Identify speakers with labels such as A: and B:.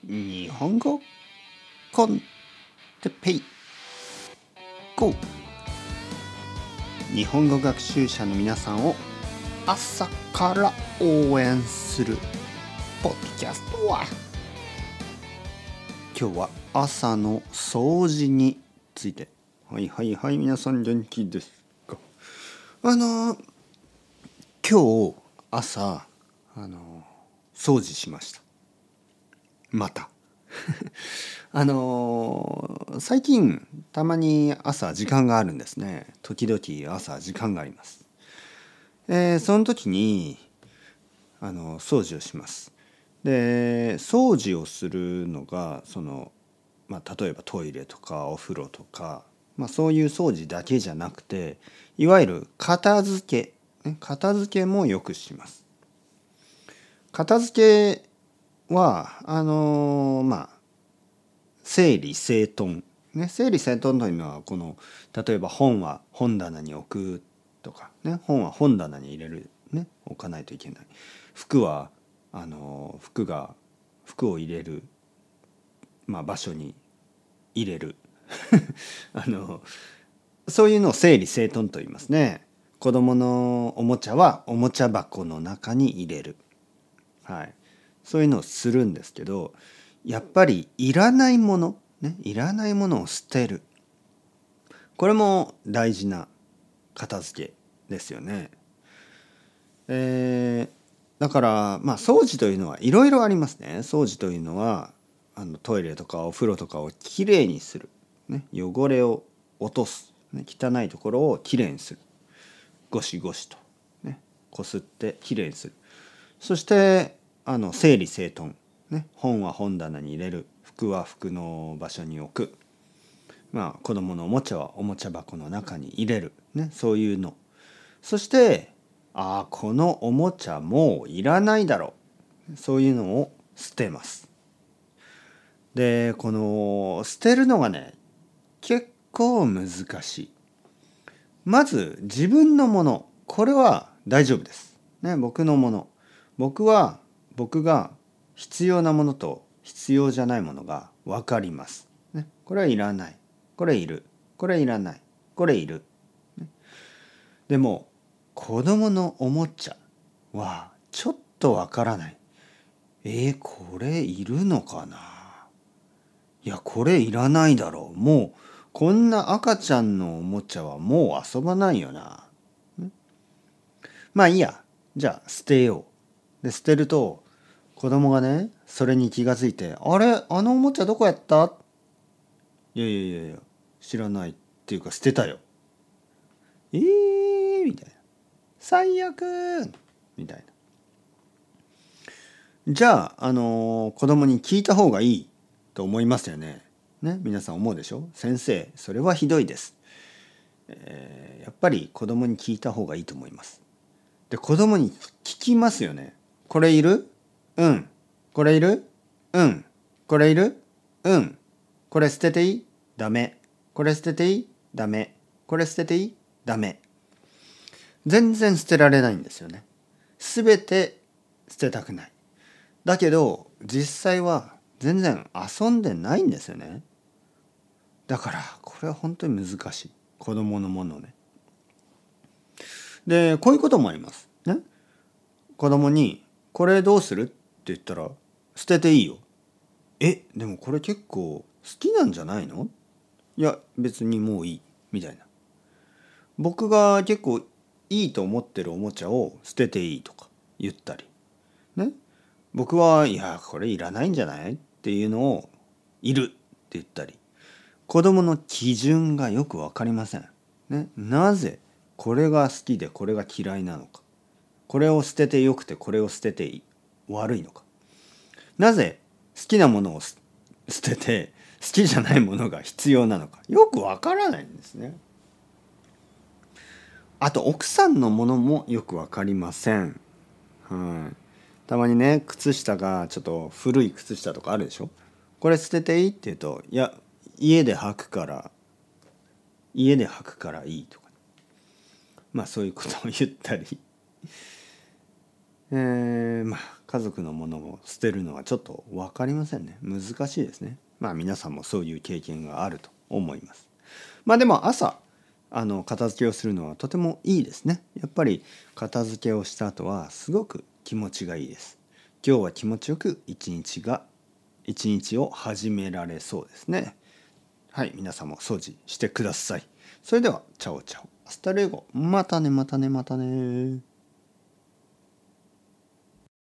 A: 日本語コンテペイ GO！ 日本語学習者の皆さんを朝から応援するポッドキャストは、今日は朝の掃除について。はい皆さん元気ですか？今日朝掃除しました。また最近たまに朝時間があるんですね。時々朝時間があります。その時に掃除をします。で、掃除をするのが例えばトイレとかお風呂とか、そういう掃除だけじゃなくて、いわゆる片付けもよくします。片付けは整理整頓ね。整理整頓というのは例えば本は本棚に置くとかね。本は本棚に入れるね。置かないといけない。服は服を入れる場所に入れるそういうのを整理整頓と言いますね。子供のおもちゃはおもちゃ箱の中に入れる。はい。そういうのをするんですけど、やっぱりいらないものを捨てる。これも大事な片付けですよね。だから掃除というのはいろいろありますね。掃除というのはトイレとかお風呂とかをきれいにする、ね、汚れを落とす、ね、汚いところをきれいにする。ゴシゴシと、ね、こすってきれいにする。そして整理整頓、ね、本は本棚に入れる。服は服の場所に置く。子供のおもちゃはおもちゃ箱の中に入れる、ね、そういうの。そしてこのおもちゃもういらないだろう、そういうのを捨てます。で、この捨てるのがね、結構難しい。まず自分のもの、これは大丈夫です、ね、僕のもの。僕が必要なものと必要じゃないものが分かります、ね、これはいらない、これいる、これいらない、これいる、ね、でも子供のおもちゃはちょっと分からない。これいるのかな、いやこれいらないだろう、もうこんな赤ちゃんのおもちゃはもう遊ばないよな。いいや、じゃあ捨てよう。で捨てると子供がね、それに気がついて、あれあのおもちゃどこやった？いや知らないっていうか捨てたよ。みたいな。最悪みたいな。じゃあ子供に聞いた方がいいと思いますよね。ね、皆さん思うでしょ？先生それはひどいです。やっぱり子供に聞いた方がいいと思います。で、子供に聞きますよね。これいる？うん。これいる？うん。これいる？うん。これ捨てていい？ダメ。これ捨てていい？ダメ。これ捨てていい？ダメ。全然捨てられないんですよね。すべて捨てたくない。だけど実際は全然遊んでないんですよね。だからこれは本当に難しい。子供のものね。で、こういうこともありますね。子供にこれどうするって言ったら、捨てていいよ。でもこれ結構好きなんじゃないの？いや別にもういいみたいな。僕が結構いいと思ってるおもちゃを捨てていいとか言ったりね。僕はいやこれいらないんじゃないっていうのをいるって言ったり。子供の基準がよく分かりません、ね、なぜこれが好きでこれが嫌いなのか、これを捨ててよくてこれを捨てて悪いのか、なぜ好きなものを捨てて好きじゃないものが必要なのか、よく分からないんですね。あと奥さんのものもよく分かりません。たまにね、靴下がちょっと古い靴下とかあるでしょ。これ捨てていいって言うと、いや家で履くからいいとか、そういうことを言ったり、片家族のものを捨てるのはちょっと分かりませんね。難しいですね。まあ皆さんもそういう経験があると思います。まあでも朝片付けをするのはとてもいいですね。やっぱり片付けをした後はすごく気持ちがいいです。今日は気持ちよく一日を始められそうですね。はい、皆さんも掃除してください。それではチャオチャオ。アスタレゴ。またねまたねまたね。